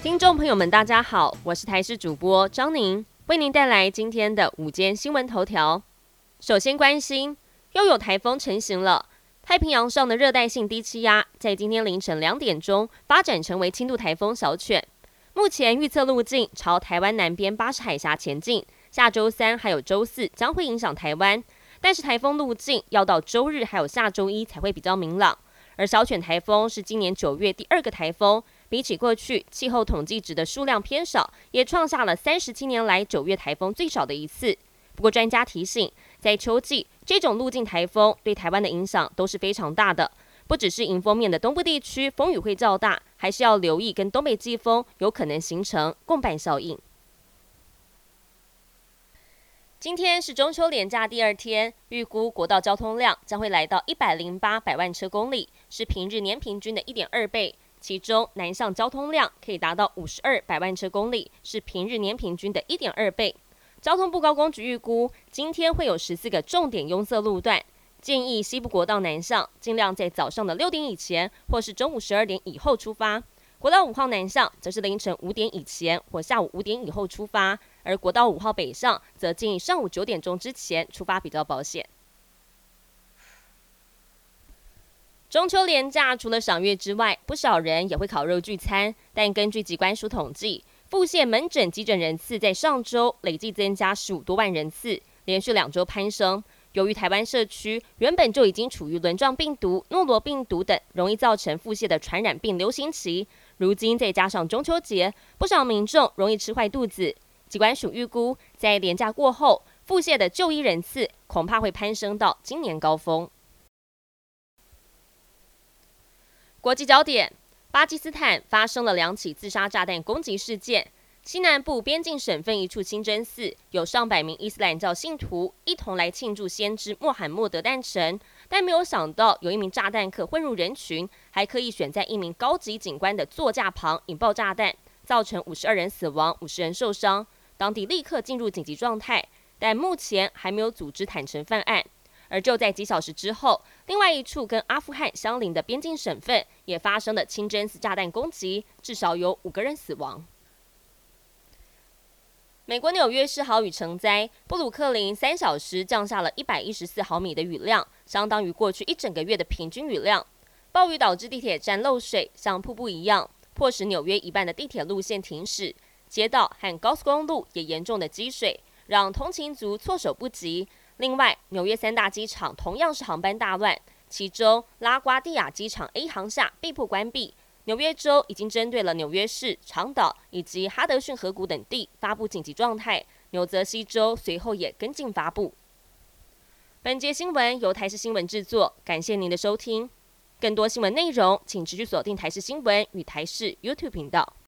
听众朋友们，大家好，我是台视主播张宁，为您带来今天的午间新闻头条。首先关心，又有台风成型了。太平洋上的热带性低气压，在今天凌晨2点钟发展成为轻度台风小犬。目前预测路径朝台湾南边巴士海峡前进，下周3还有周4将会影响台湾，但是台风路径要到周日还有下周1才会比较明朗。而小犬台风是今年9月第2个台风，比起过去气候统计值的数量偏少，也创下了37年来9月台风最少的一次。不过专家提醒，在秋季这种路径台风对台湾的影响都是非常大的，不只是迎风面的东部地区风雨会较大，还是要留意跟东北季风有可能形成共伴效应。今天是中秋连假第2天，预估国道交通量将会来到108百万车公里，是平日年平均的1.2倍。其中南向交通量可以达到52百万车公里，是平日年平均的1.2倍。交通部高工局预估，今天会有14个重点拥塞路段，建议西部国道南向尽量在早上的6点以前，或是中午12点以后出发。国道5号南向则是凌晨5点以前或下午5点以后出发，而国道5号北上则建议上午9点钟之前出发比较保险。中秋连假除了赏月之外，不少人也会烤肉聚餐，但根据疾管署统计，腹泻门诊急诊人次在上周累计增加15多万人次，连续2周攀升。由于台湾社区原本就已经处于轮状病毒、诺罗病毒等容易造成腹泻的传染病流行期，如今再加上中秋节，不少民众容易吃坏肚子。疾管署预估，在连假过后，腹泻的就医人次恐怕会攀升到今年高峰。国际焦点：巴基斯坦发生了2起自杀炸弹攻击事件。西南部边境省份一处清真寺，有上百名伊斯兰教信徒一同来庆祝先知穆罕默德诞辰，但没有想到有一名炸弹客混入人群，还刻意选在一名高级警官的座驾旁引爆炸弹，造成52人死亡，50人受伤。当地立刻进入紧急状态，但目前还没有组织坦承犯案。而就在几小时之后，另外一处跟阿富汗相邻的边境省份也发生了清真寺炸弹攻击，至少有5个人死亡。美国纽约市豪雨成灾，布鲁克林3小时降下了114毫米的雨量，相当于过去1整个月的平均雨量。暴雨导致地铁站漏水，像瀑布一样，迫使纽约一半的地铁路线停驶，街道和高速公路也严重的积水，让通勤族措手不及。另外，纽约3大机场同样是航班大乱，其中拉瓜蒂亚机场 A 航厦被迫关闭。纽约州已经针对了纽约市、长岛以及哈德逊河谷等地发布紧急状态，纽泽西州随后也跟进发布。本节新闻由台视新闻制作，感谢您的收听。更多新闻内容，请持续锁定台视新闻与台视 YouTube 频道。